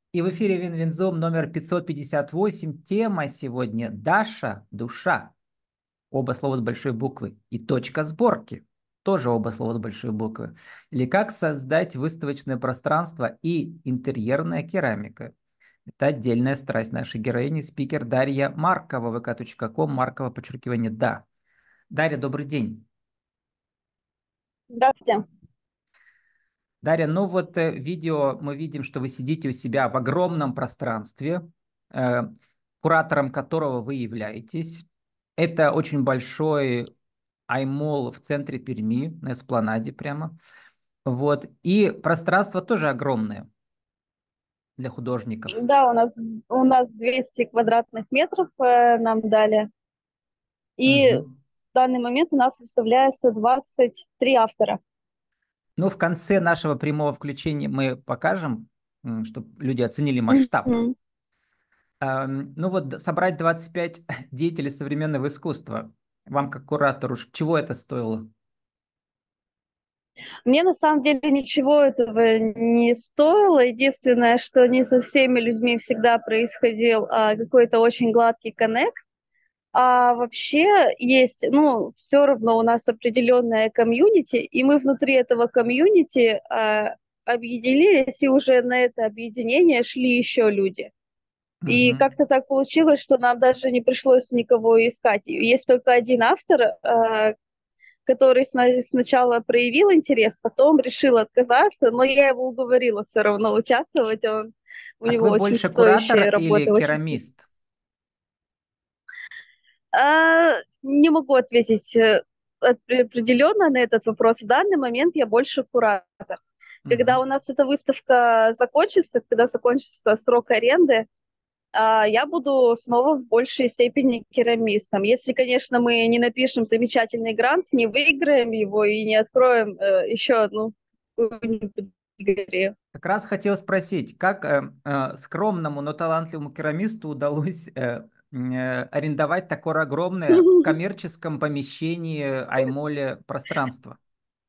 И в эфире Винвинзум номер 558. Тема сегодня «Даша, душа». Оба слова с большой буквы. И точка сборки. Тоже оба слова с большой буквы. Или как создать выставочное пространство и интерьерная керамика. Это отдельная страсть нашей героини, спикер Дарья Маркова, vk.com, Маркова, подчеркивание «да». Дарья, добрый день. Здравствуйте. Дарья, ну вот видео мы видим, что вы сидите у себя в огромном пространстве, э, куратором которого вы являетесь. Это очень большой аймол в центре Перми, на эспланаде прямо. Вот. И пространство тоже огромное для художников. Да, у нас 200 квадратных метров нам дали. И в Мгм. данный момент у нас выставляется 23 автора. Ну, в конце нашего прямого включения мы покажем, чтобы люди оценили масштаб. Мгм. Ну вот собрать 25 деятелей современного искусства. Вам как куратору, чего это стоило? Мне на самом деле ничего этого не стоило. Единственное, что не со всеми людьми всегда происходил какой-то очень гладкий коннект. А вообще есть, ну, все равно у нас определенное комьюнити, и мы внутри этого комьюнити объединились, и уже на это объединение шли еще люди. И Мгм. как-то так получилось, что нам даже не пришлось никого искать. Есть только один автор, который сначала проявил интерес, потом решил отказаться, но я его уговорила все равно участвовать. У Так него вы очень больше куратор стоящие или работы, очень. керамист? Не могу ответить определенно на этот вопрос. В данный момент я больше куратор. Когда у Мгм. нас эта выставка закончится, когда закончится срок аренды, я буду снова в большей степени керамистом. Если, конечно, мы не напишем замечательный грант, не выиграем его и не откроем еще одну какую-нибудь галерею. Как раз хотел спросить, как скромному, но талантливому керамисту удалось арендовать такое огромное в коммерческом помещении Аймоле пространство?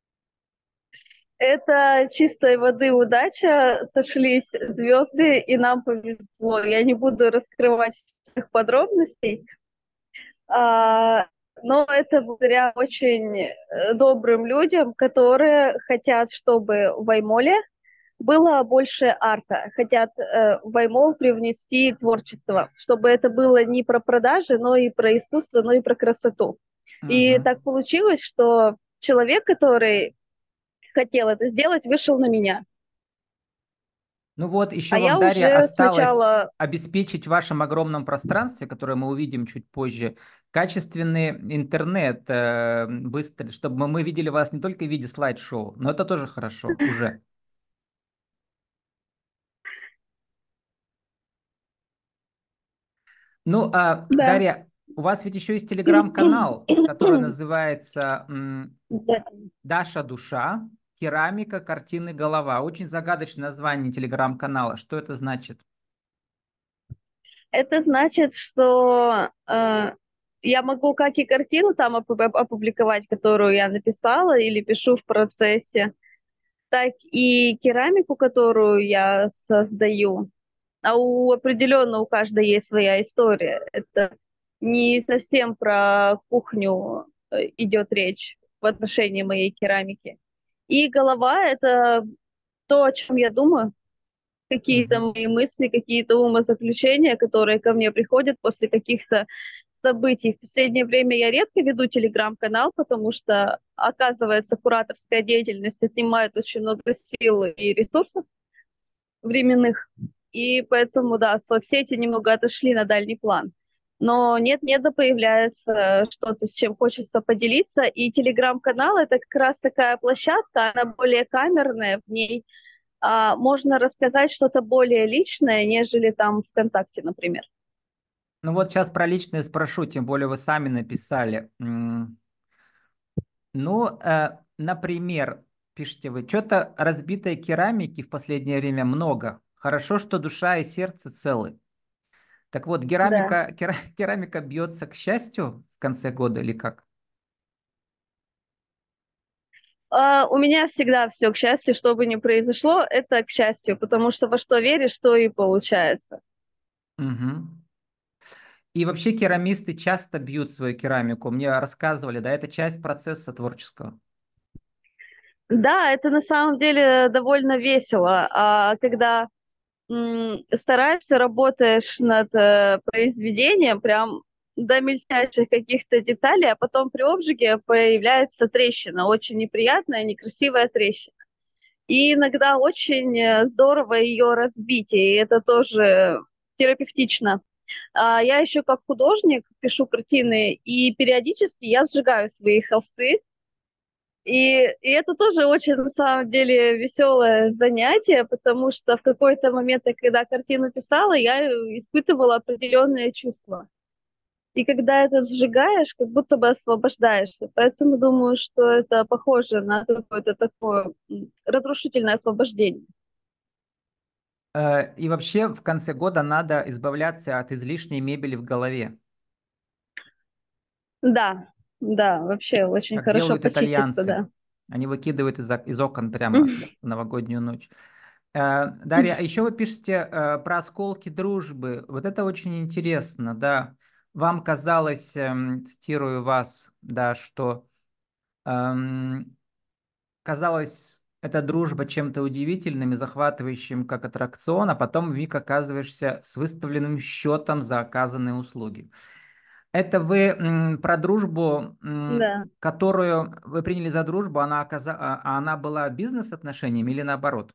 Это чистой воды удача, сошлись звезды, и нам повезло. Я не буду раскрывать всех подробностей, а, но это благодаря очень добрым людям, которые хотят, чтобы в Аймоле было больше арта, хотят в Аймол привнести творчество, чтобы это было не про продажи, но и про искусство, но и про красоту. И Мгм. так получилось, что человек, который хотел это сделать, вышел на меня. Ну вот, еще А вам, я Дарья, уже осталось сначала... обеспечить в вашем огромном пространстве, которое мы увидим чуть позже, качественный интернет быстрый, чтобы мы видели вас не только в виде слайд-шоу, но это тоже хорошо уже. Ну, Да. Дарья, у вас ведь еще есть телеграм-канал, который называется Да. «Даша душа. Керамика, картины, голова». Очень загадочное название телеграм-канала. Что это значит? Это значит, что я могу как и картину там опубликовать, которую я написала или пишу в процессе, так и керамику, которую я создаю. А определенно у каждой есть своя история. Это не совсем про кухню идет речь в отношении моей керамики. И голова — это то, о чем я думаю, какие-то Мгм. мои мысли, какие-то умозаключения, которые ко мне приходят после каких-то событий. В последнее время я редко веду телеграм-канал, потому что, оказывается, кураторская деятельность отнимает очень много сил и ресурсов временных. И поэтому, да, соцсети немного отошли на дальний план. Но нет-нет, да появляется что-то, с чем хочется поделиться. И телеграм-канал — это как раз такая площадка, она более камерная, в ней можно рассказать что-то более личное, нежели там ВКонтакте, например. Ну вот сейчас про личное спрошу, тем более вы сами написали. Ну, например, пишите вы, что-то разбитой керамики в последнее время много. Хорошо, что душа и сердце целы. Так вот, Да. керамика бьется, к счастью, в конце года или как? У меня всегда все к счастью, что бы ни произошло, это к счастью, потому что во что веришь, то и получается. Мгм. И вообще керамисты часто бьют свою керамику. Мне рассказывали, да, это часть процесса творческого. Да, это на самом деле довольно весело, когда стараешься, работаешь над произведением прям до мельчайших каких-то деталей, а потом при обжиге появляется трещина, очень неприятная, некрасивая трещина. И иногда очень здорово ее разбить, и это тоже терапевтично. Я еще как художник пишу картины, и периодически я сжигаю свои холсты, и это тоже очень, на самом деле, веселое занятие, потому что в какой-то момент, когда картину писала, я испытывала определенные чувства. И когда это сжигаешь, как будто бы освобождаешься. Поэтому думаю, что это похоже на какое-то такое разрушительное освобождение. И вообще в конце года надо избавляться от излишней мебели в голове, Да, да, вообще очень как хорошо делают почиститься, итальянцы. да. Они выкидывают из окон прямо в новогоднюю ночь. Дарья, а еще вы пишете про осколки дружбы. Вот это очень интересно, да. Вам казалось, цитирую вас, да, что эм, казалось эта дружба чем-то удивительным и захватывающим, как аттракцион, а потом вмиг оказываешься с выставленным счетом за оказанные услуги. Это вы про дружбу, Да. которую вы приняли за дружбу, она была бизнес-отношением или наоборот?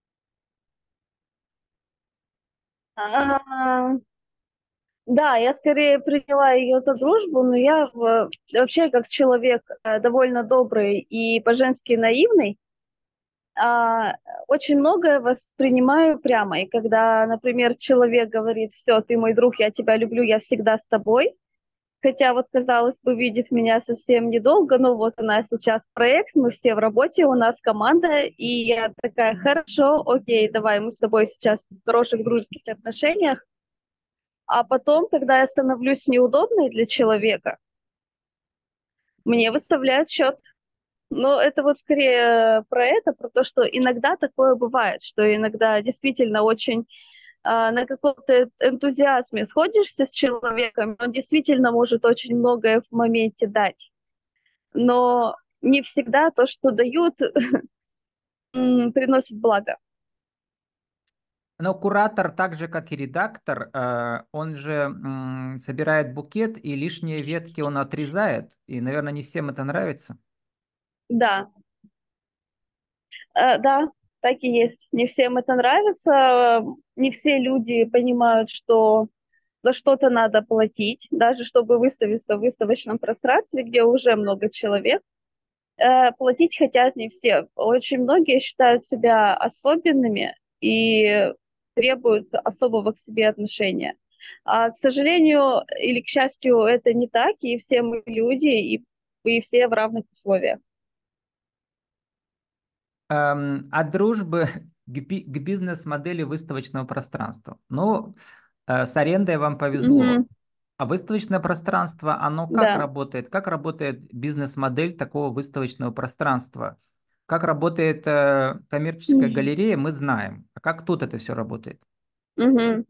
А, Да, я скорее приняла ее за дружбу, но вообще как человек довольно добрый и по-женски наивный, а, очень многое воспринимаю прямо. И когда, например, человек говорит: все, ты мой друг, я тебя люблю, я всегда с тобой, хотя вот, казалось бы, видит меня совсем недолго, но вот у нас сейчас проект, мы все в работе, у нас команда, и я такая: хорошо, окей, давай, мы с тобой сейчас в хороших дружеских отношениях. А потом, когда я становлюсь неудобной для человека, мне выставляют счет. Но это вот скорее про это, про то, что иногда такое бывает, что иногда действительно очень на каком-то энтузиазме сходишься с человеком, он действительно может очень многое в моменте дать. Но не всегда то, что дают, приносит благо. Но куратор, так же как и редактор, он же собирает букет и лишние ветки он отрезает. И, наверное, не всем это нравится. Да, да, так и есть. Не всем это нравится, не все люди понимают, что за что-то надо платить, даже чтобы выставиться в выставочном пространстве, где уже много человек. Платить хотят не все. Очень многие считают себя особенными и требуют особого к себе отношения. К сожалению или к счастью, это не так, и все мы люди, и все в равных условиях. От дружбы к бизнес-модели выставочного пространства. Ну, с арендой вам Мгм. повезло. А выставочное пространство, оно как Да. работает? Как работает бизнес-модель такого выставочного пространства? Как работает коммерческая Мгм. галерея, мы знаем. А как тут это все работает? Мгм.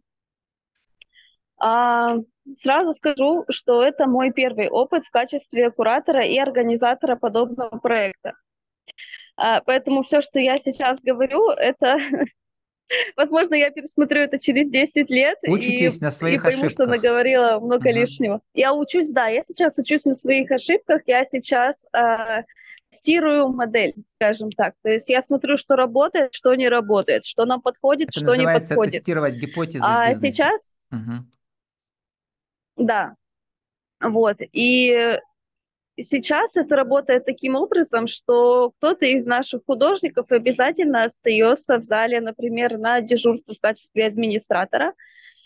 А, Сразу скажу, что это мой первый опыт в качестве куратора и организатора подобного проекта. Поэтому все, что я сейчас говорю, это, возможно, я пересмотрю это через 10 лет Учитесь на и своих пойму, что ошибках. наговорила много Мгм. лишнего. Я учусь, да, я сейчас учусь на своих ошибках, я сейчас тестирую модель, скажем так. То есть я смотрю, что работает, что не работает, что нам подходит, Это что не называется подходит. тестировать гипотезы в А бизнесе. сейчас, Мгм. да, вот. И сейчас это работает таким образом, что кто-то из наших художников обязательно остается в зале, например, на дежурстве в качестве администратора,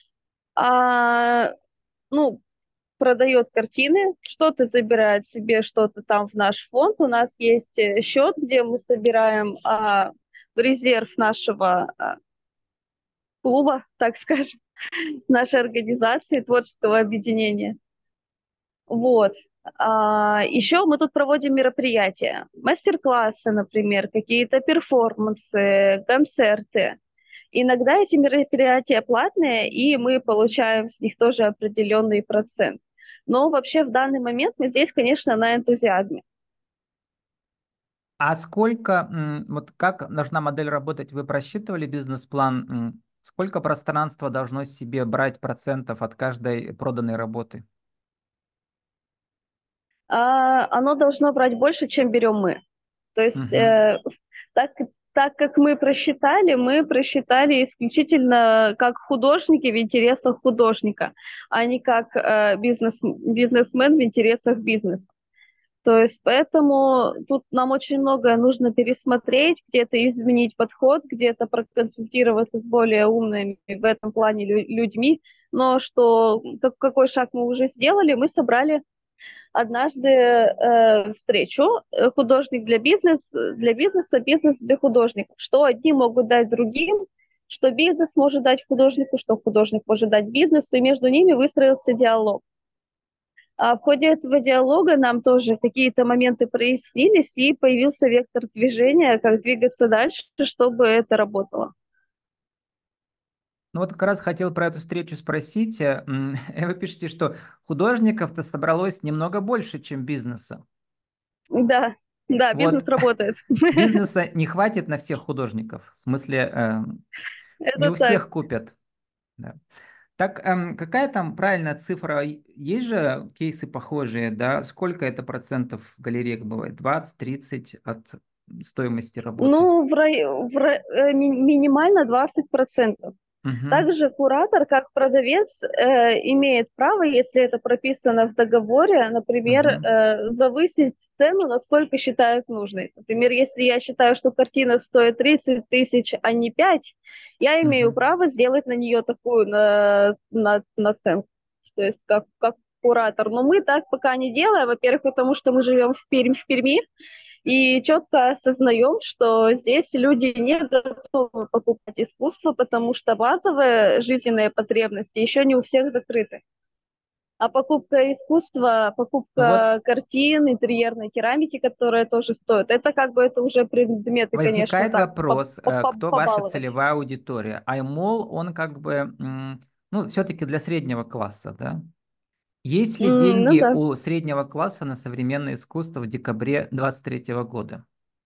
а, ну, продает картины, что-то забирает себе, что-то там в наш фонд. У нас есть счет, где мы собираем в резерв нашего клуба, так скажем, нашей организации, творческого объединения. Вот. Еще мы тут проводим мероприятия, мастер-классы, например, какие-то перформансы, концерты. Иногда эти мероприятия платные, и мы получаем с них тоже определенный процент. Но вообще в данный момент мы здесь, конечно, на энтузиазме. А сколько, вот как должна модель работать? Вы просчитывали бизнес-план? Сколько пространства должно себе брать процентов от каждой проданной работы? Оно должно брать больше, чем берем мы. То есть Мгм. так, так как мы просчитали исключительно как художники в интересах художника, а не как бизнесмен в интересах бизнеса. То есть поэтому тут нам очень многое нужно пересмотреть, где-то изменить подход, где-то проконсультироваться с более умными в этом плане людьми. Но что, какой шаг мы уже сделали, мы собрали однажды встречу художник для бизнеса, бизнес для художников. Что одни могут дать другим, что бизнес может дать художнику, что художник может дать бизнесу, и между ними выстроился диалог. А в ходе этого диалога нам тоже какие-то моменты прояснились, и появился вектор движения, как двигаться дальше, чтобы это работало. Ну вот как раз хотел про эту встречу спросить. Вы пишете, что художников-то собралось немного больше, чем бизнеса. Да, да, бизнес Вот работает. бизнеса не хватит на всех художников. В смысле, не Это у так. всех купят. Да. Так, какая там правильная цифра? Есть же кейсы похожие, да? Сколько это процентов в галереях бывает? 20-30 от стоимости работы? Ну, минимально 20%. Угу, Также куратор, как продавец, имеет право, если это прописано в договоре, например, угу, завысить цену, насколько считает нужной. Например, если я считаю, что картина стоит 30 тысяч, а не 5, я имею угу. право сделать на нее такую наценку. То есть как куратор. Но мы так пока не делаем. Во-первых, потому что мы живем в Перми, и четко осознаем, что здесь люди не готовы покупать искусство, потому что базовые жизненные потребности еще не у всех закрыты. А покупка искусства, Ну вот покупка картин, интерьерной керамики, которая тоже стоит, это как бы это уже предметы, конечно, возникает так, вопрос, кто ваша побаловать. целевая аудитория? Аймол, он как бы, ну, все-таки для среднего класса, да? Есть ли Ну деньги да, у среднего класса на современное искусство в декабре 23 года?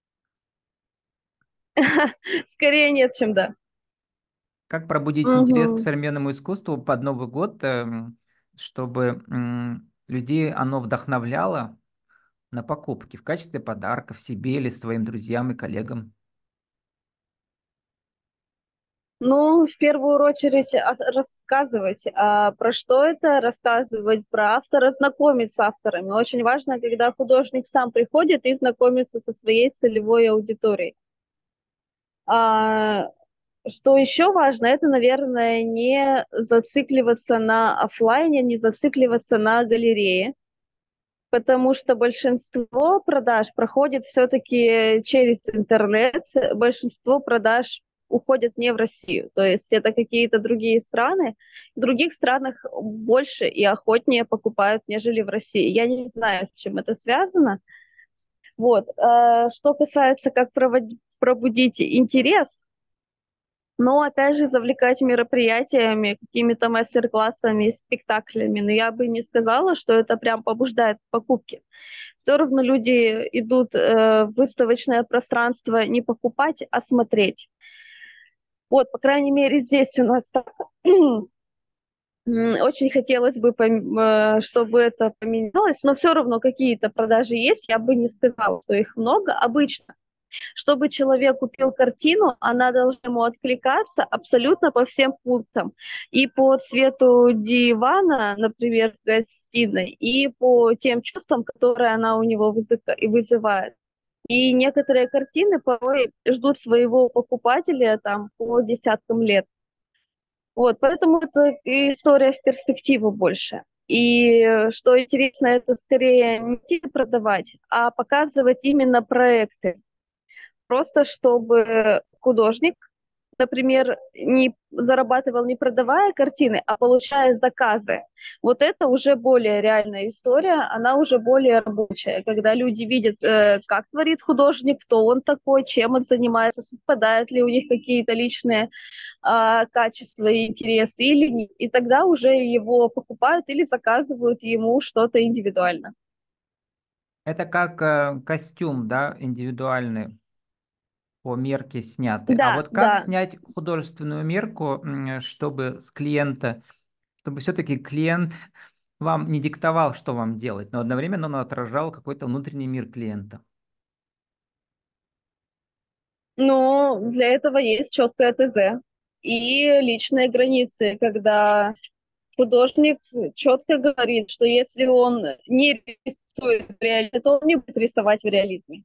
скорее нет, чем да. Как пробудить интерес к Мгм. современному искусству под Новый год, чтобы людей оно вдохновляло на покупки в качестве подарков себе или своим друзьям и коллегам? Ну, в первую очередь рассказывать, про что это, рассказывать про автора, знакомить с авторами. Очень важно, когда художник сам приходит и знакомится со своей целевой аудиторией. А, что еще важно, это, наверное, не зацикливаться на оффлайне, не зацикливаться на галерее, потому что большинство продаж проходит все-таки через интернет, большинство продаж уходят не в Россию, то есть это какие-то другие страны. В других странах больше и охотнее покупают, нежели в России. Я не знаю, с чем это связано. Вот. Что касается, как пробудить интерес, но опять же завлекать мероприятиями, какими-то мастер-классами, спектаклями. Но я бы не сказала, что это прям побуждает к покупке. Все равно люди идут в выставочное пространство не покупать, а смотреть. Вот, по крайней мере, здесь у нас так. Очень хотелось бы, чтобы это поменялось, но все равно какие-то продажи есть. Я бы не сказала, что их много. Обычно чтобы человек купил картину, она должна ему откликаться абсолютно по всем пунктам. И по цвету дивана, например, в гостиной, и по тем чувствам, которые она у него вызывает. И некоторые картины порой ждут своего покупателя там по десяткам лет. Вот, поэтому это история в перспективу больше. И что интересно, это скорее не продавать, а показывать именно проекты. Просто чтобы художник например, не зарабатывал не продавая картины, а получая заказы. Вот это уже более реальная история, она уже более рабочая, когда люди видят, как творит художник, кто он такой, чем он занимается, совпадают ли у них какие-то личные качества и интересы или нет. И тогда уже его покупают или заказывают ему что-то индивидуально. Это как костюм, да, индивидуальный по мерке снятый. А Да, вот как да. снять художественную мерку, чтобы с клиента, чтобы все-таки клиент вам не диктовал, что вам делать, но одновременно он отражал какой-то внутренний мир клиента? Но для этого есть четкое ТЗ и личные границы, когда художник четко говорит, что если он не рисует в реализме, то он не будет рисовать в реализме.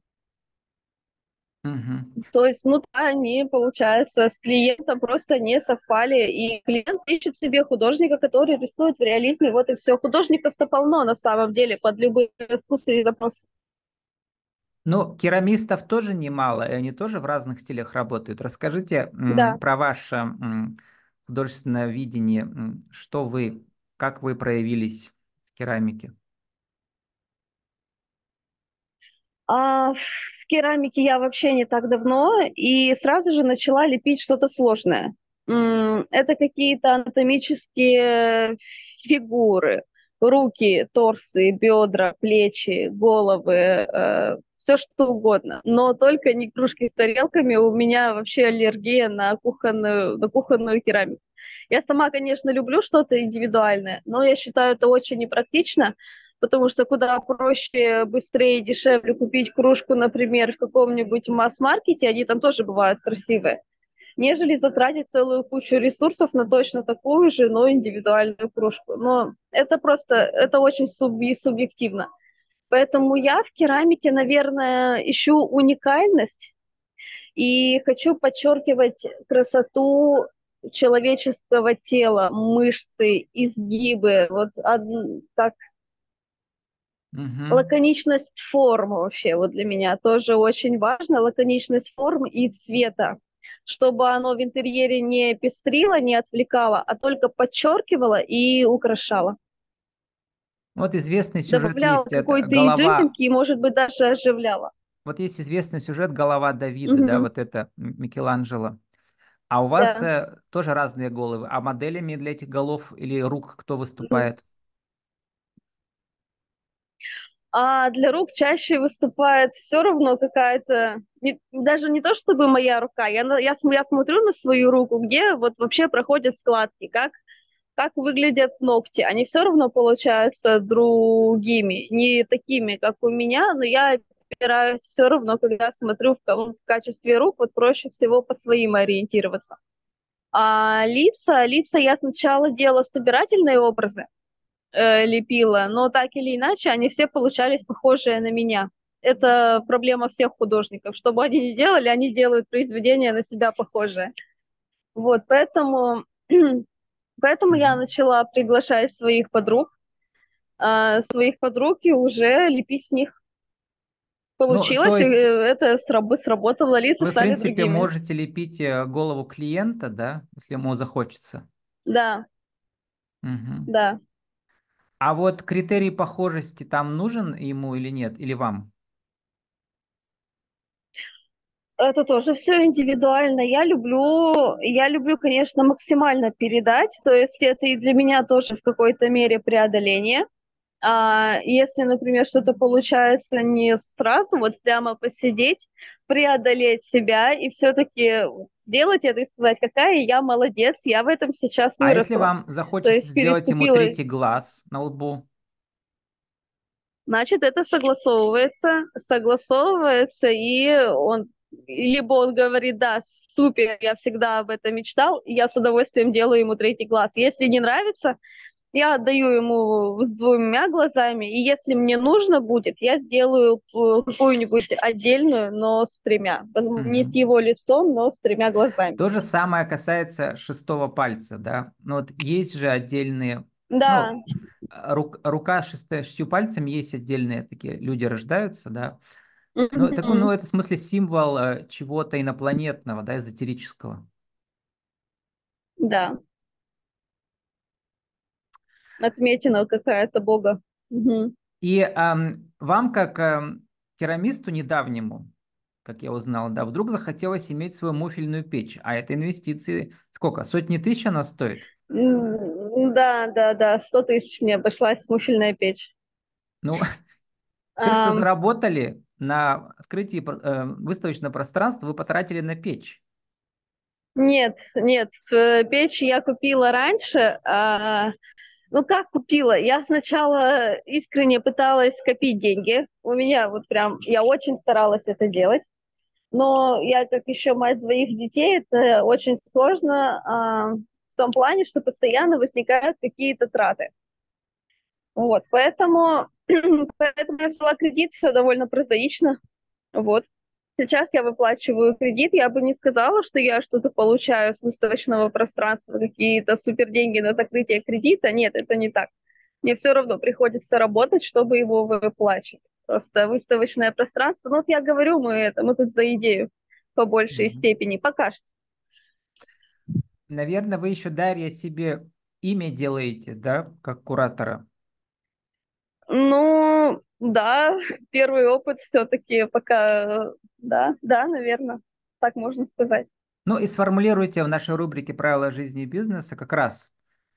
Мгм. То есть, ну да, они, получается, с клиентом просто не совпали, и клиент ищет себе художника, который рисует в реализме, вот и все. Художников-то полно на самом деле под любые вкусы и запросы. Ну, керамистов тоже немало, и они тоже в разных стилях работают. Расскажите Да. про ваше художественное видение, что вы, как вы проявились в керамике. В керамике я вообще не так давно, и сразу же начала лепить что-то сложное. Это какие-то анатомические фигуры, руки, торсы, бедра, плечи, головы, все что угодно. Но только не кружки с тарелками, у меня вообще аллергия на кухонную керамику. Я сама, конечно, люблю что-то индивидуальное, но я считаю это очень непрактично, потому что куда проще, быстрее и дешевле купить кружку, например, в каком-нибудь масс-маркете, они там тоже бывают красивые, нежели затратить целую кучу ресурсов на точно такую же, но индивидуальную кружку. Но это просто, это очень субъективно. Поэтому я в керамике, наверное, ищу уникальность и хочу подчеркивать красоту человеческого тела, мышцы, изгибы, вот так. Мгм. Лаконичность форм вообще вот для меня тоже очень важно, лаконичность форм и цвета, чтобы оно в интерьере не пестрило, не отвлекало, а только подчеркивало и украшало. Вот известный сюжет Добавляло есть, это какой-то голова. изюминки и, может быть, даже оживляло. Вот есть известный сюжет «Голова Давида», да, Мгм. вот это Микеланджело. А у вас Да. тоже разные головы. А моделями для этих голов или рук кто выступает? А для рук чаще выступает все равно какая-то, даже не то чтобы моя рука, я смотрю на свою руку, где вот вообще проходят складки, как выглядят ногти. Они все равно получаются другими, не такими, как у меня, но я опираюсь все равно, когда смотрю в качестве рук, вот проще всего по своим ориентироваться. А лица я сначала делала собирательные образы, лепила, но так или иначе они все получались похожие на меня. Это проблема всех художников. Что бы они ни делали, они делают произведения на себя похожие. Вот, поэтому я Мгм. начала приглашать своих подруг и уже лепить с них. Ну, то Получилось, и есть это сработало, лица вы, в стали принципе, другими. можете лепить голову клиента, да, если ему захочется. Да, Мгм. да. А вот критерий похожести там нужен ему или нет, или вам? Это тоже все индивидуально. Я люблю, конечно, максимально передать. То есть это и для меня тоже в какой-то мере преодоление. Если, например, что-то получается не сразу, вот прямо посидеть, преодолеть себя и все-таки сделать это и сказать, какая я молодец, я в этом сейчас А если выросла. вам То захочется есть сделать ему переступила, третий глаз на лбу? значит, это согласовывается, и либо он говорит, да, супер, я всегда об этом мечтал, и я с удовольствием делаю ему третий глаз. Если не нравится, я отдаю ему с двумя глазами, и если мне нужно будет, я сделаю какую-нибудь отдельную, но с тремя. Не с Мгм. его лицом, но с тремя глазами. То же самое касается шестого пальца, да. Ну вот есть же отдельные, Да. ну, рука с шестью пальцами, есть отдельные такие, люди рождаются, да. Ну, такой, ну, Мгм. это в смысле символ чего-то инопланетного, да, эзотерического. да, отметина какая-то бога. Мгм. И вам, как керамисту недавнему, как я узнал, да, вдруг захотелось иметь свою муфельную печь, а это инвестиции сколько? Сотни тысяч она стоит? Да, да, да, 100 000 мне обошлась муфельная печь. Ну, все, что заработали на открытии выставочного пространства, вы потратили на печь. Нет, нет, печь я купила раньше. Ну как купила? Я сначала искренне пыталась копить деньги. У меня вот прям, я очень старалась это делать. Но я как еще мать двоих детей, это очень сложно в том плане, что постоянно возникают какие-то траты. Вот, поэтому я взяла кредит, все довольно прозаично. Вот. Сейчас я выплачиваю кредит. Я бы не сказала, что я что-то получаю с выставочного пространства, какие-то супер деньги на закрытие кредита. Нет, это не так. Мне все равно приходится работать, чтобы его выплачивать. Просто выставочное пространство. Ну, вот я говорю, мы тут за идею по большей Мгм. степени. Пока что. Наверное, вы еще, Дарья, себе имя делаете, да, как куратора. Ну, да, первый опыт все-таки пока, да, да, наверное, так можно сказать. Ну и сформулируйте в нашей рубрике «Правила жизни и бизнеса» как раз,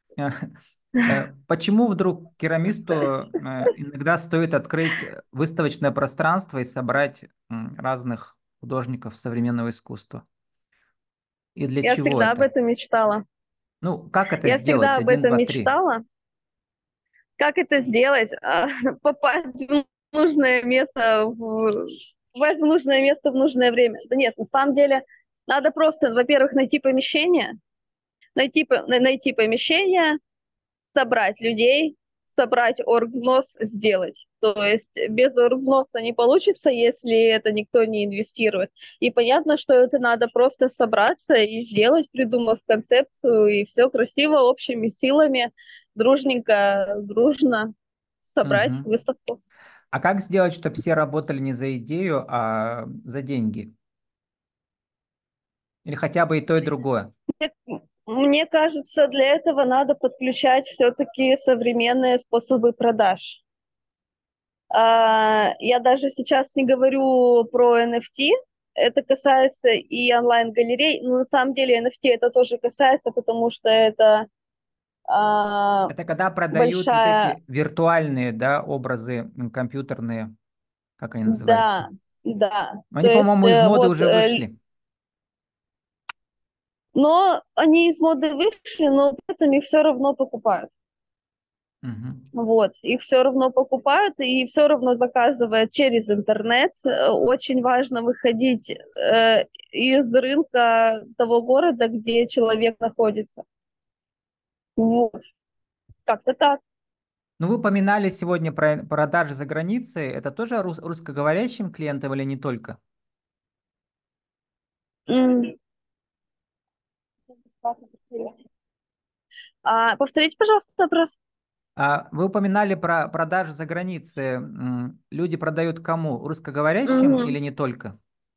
почему вдруг керамисту иногда стоит открыть выставочное пространство и собрать разных художников современного искусства? И для Я чего всегда об это? этом мечтала. Ну, как это Я всегда сделать? об Один, этом два, три. мечтала. Как это сделать? Попасть в нужное место, попасть в нужное место в нужное время. Да нет, на самом деле надо просто, во-первых, найти помещение, найти помещение, собрать людей, собрать оргвзнос, сделать. То есть без оргвзноса не получится, если это никто не инвестирует. И понятно, что это надо просто собраться и сделать, придумав концепцию, и все красиво, общими силами, дружненько, дружно собрать Мгм. выставку. А как сделать, чтобы все работали не за идею, а за деньги? Или хотя бы и то, и другое? Мне кажется, для этого надо подключать все-таки современные способы продаж. Я даже сейчас не говорю про NFT, это касается и онлайн-галерей, но на самом деле NFT это тоже касается, потому что это а, Это когда продают вот большая, эти виртуальные, да, образы компьютерные, как они называются? да, да, Они, то есть по-моему, из моды уже вышли. но они из моды вышли, но при этом их все равно покупают. Мгм. Вот, их все равно покупают и все равно заказывают через интернет. Очень важно выходить из рынка того города, где человек находится. Вот, как-то так. Ну, вы упоминали сегодня про продажи за границей. Это тоже русскоговорящим клиентам или не только? М, повторите, пожалуйста, вопрос. Вы упоминали про продажи за границей. Люди продают кому? Русскоговорящим Мгм. или не только?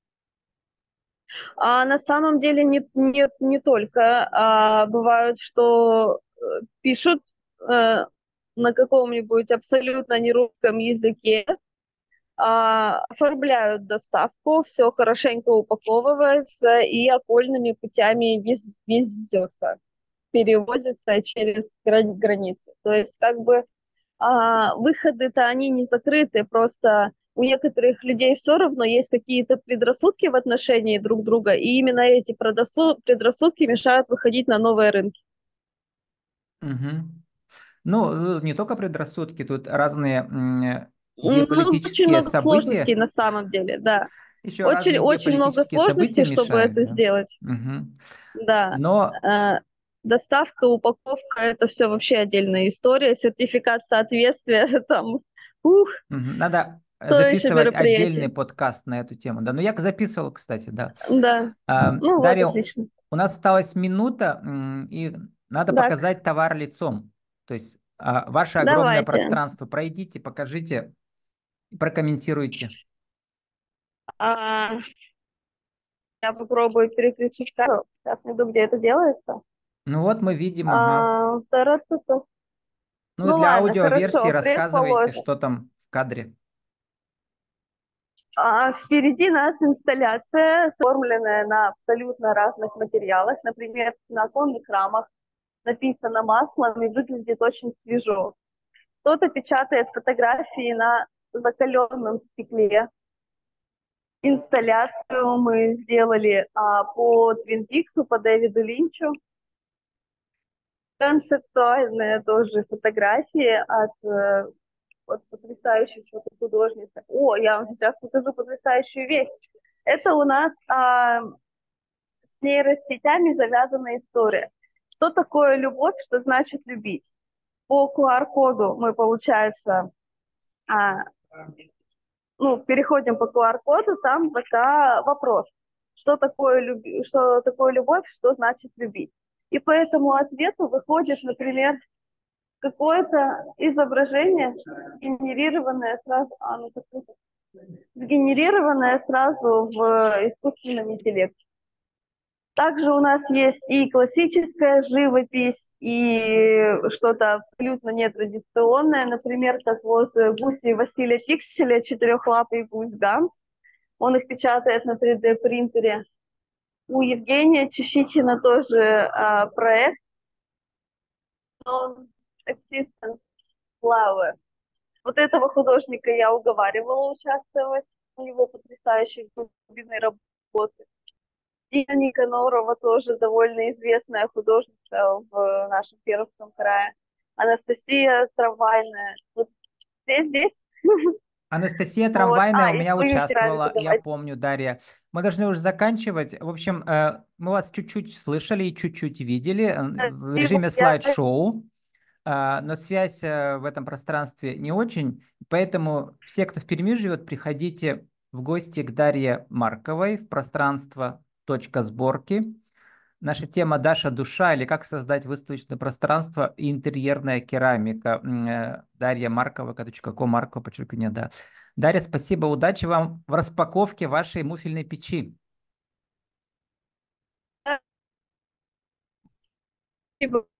На самом деле не только. Бывают, что пишут на каком-нибудь абсолютно нерусском языке, оформляют доставку, все хорошенько упаковывается и окольными путями везется, перевозится через границы. То есть как бы выходы-то они не закрыты, просто у некоторых людей все равно есть какие-то предрассудки в отношении друг друга, и именно эти предрассудки мешают выходить на новые рынки. Мгм. Ну, не только предрассудки, тут разные Ну, очень геополитические много сложностей события, на самом деле, да. еще Очень, разные очень много геополитические события сложностей, чтобы мешают, это да. сделать. Мгм. Да. Но Э, Доставка, упаковка, это все вообще отдельная история. Сертификат соответствия, там, ух, надо то еще записывать отдельный мероприятие. подкаст на эту тему. Да, ну я записывал, кстати, да. Да. Ну вот, Дарья, отлично. у нас осталась минута, и надо Так, показать товар лицом. То есть ваше огромное давайте. пространство. Пройдите, покажите, прокомментируйте. А, я попробую переключить камеру. Сейчас найду, где это делается. Ну вот мы видим, ага. А, та-ра-та-та. Ну и Ну для ладно, аудиоверсии хорошо, рассказывайте, предположим. что там в кадре. Впереди нас инсталляция, оформленная на абсолютно разных материалах. Например, на оконных рамах написано маслом и выглядит очень свежо. Кто-то печатает фотографии на закаленном стекле. Инсталляцию мы сделали по Твин Пиксу, по Дэвиду Линчу. Концептуальные тоже фотографии от потрясающей художницы. О, я вам сейчас покажу потрясающую вещь. Это у нас с нейросетями завязанная история. Что такое любовь, что значит любить? По QR-коду мы, получается, а, переходим по QR-коду, там пока вопрос, что такое любовь, что значит любить. И по этому ответу выходит, например, какое-то изображение, генерированное сразу, сгенерированное сразу в искусственном интеллекте. Также у нас есть и классическая живопись, и что-то абсолютно нетрадиционное, например, как вот гуси Василия Пикселя, четырехлапый гусь Ганс. Он их печатает на 3D-принтере. У Евгения Чищихина тоже проект Non-Existent Flower. Вот этого художника я уговаривала участвовать. У него потрясающие глубинные работы. Дина Никанорова тоже довольно известная художница в нашем Пермском крае. Анастасия Трамвайная. Вот здесь. Анастасия Вот. Трамвайная у И меня свою керамику участвовала, я давайте. помню, Дарья. Мы должны уже заканчивать. В общем, мы вас чуть-чуть слышали и чуть-чуть видели в И вот режиме слайд-шоу, но связь в этом пространстве не очень. Поэтому все, кто в Перми живет, приходите в гости к Дарье Марковой в пространство «Точка сборки». Наша тема «Даша душа» или «Как создать выставочное пространство и интерьерная керамика». Дарья Маркова, .com, Маркова, подчеркивание, да. Дарья, спасибо, удачи вам в распаковке вашей муфельной печи. Спасибо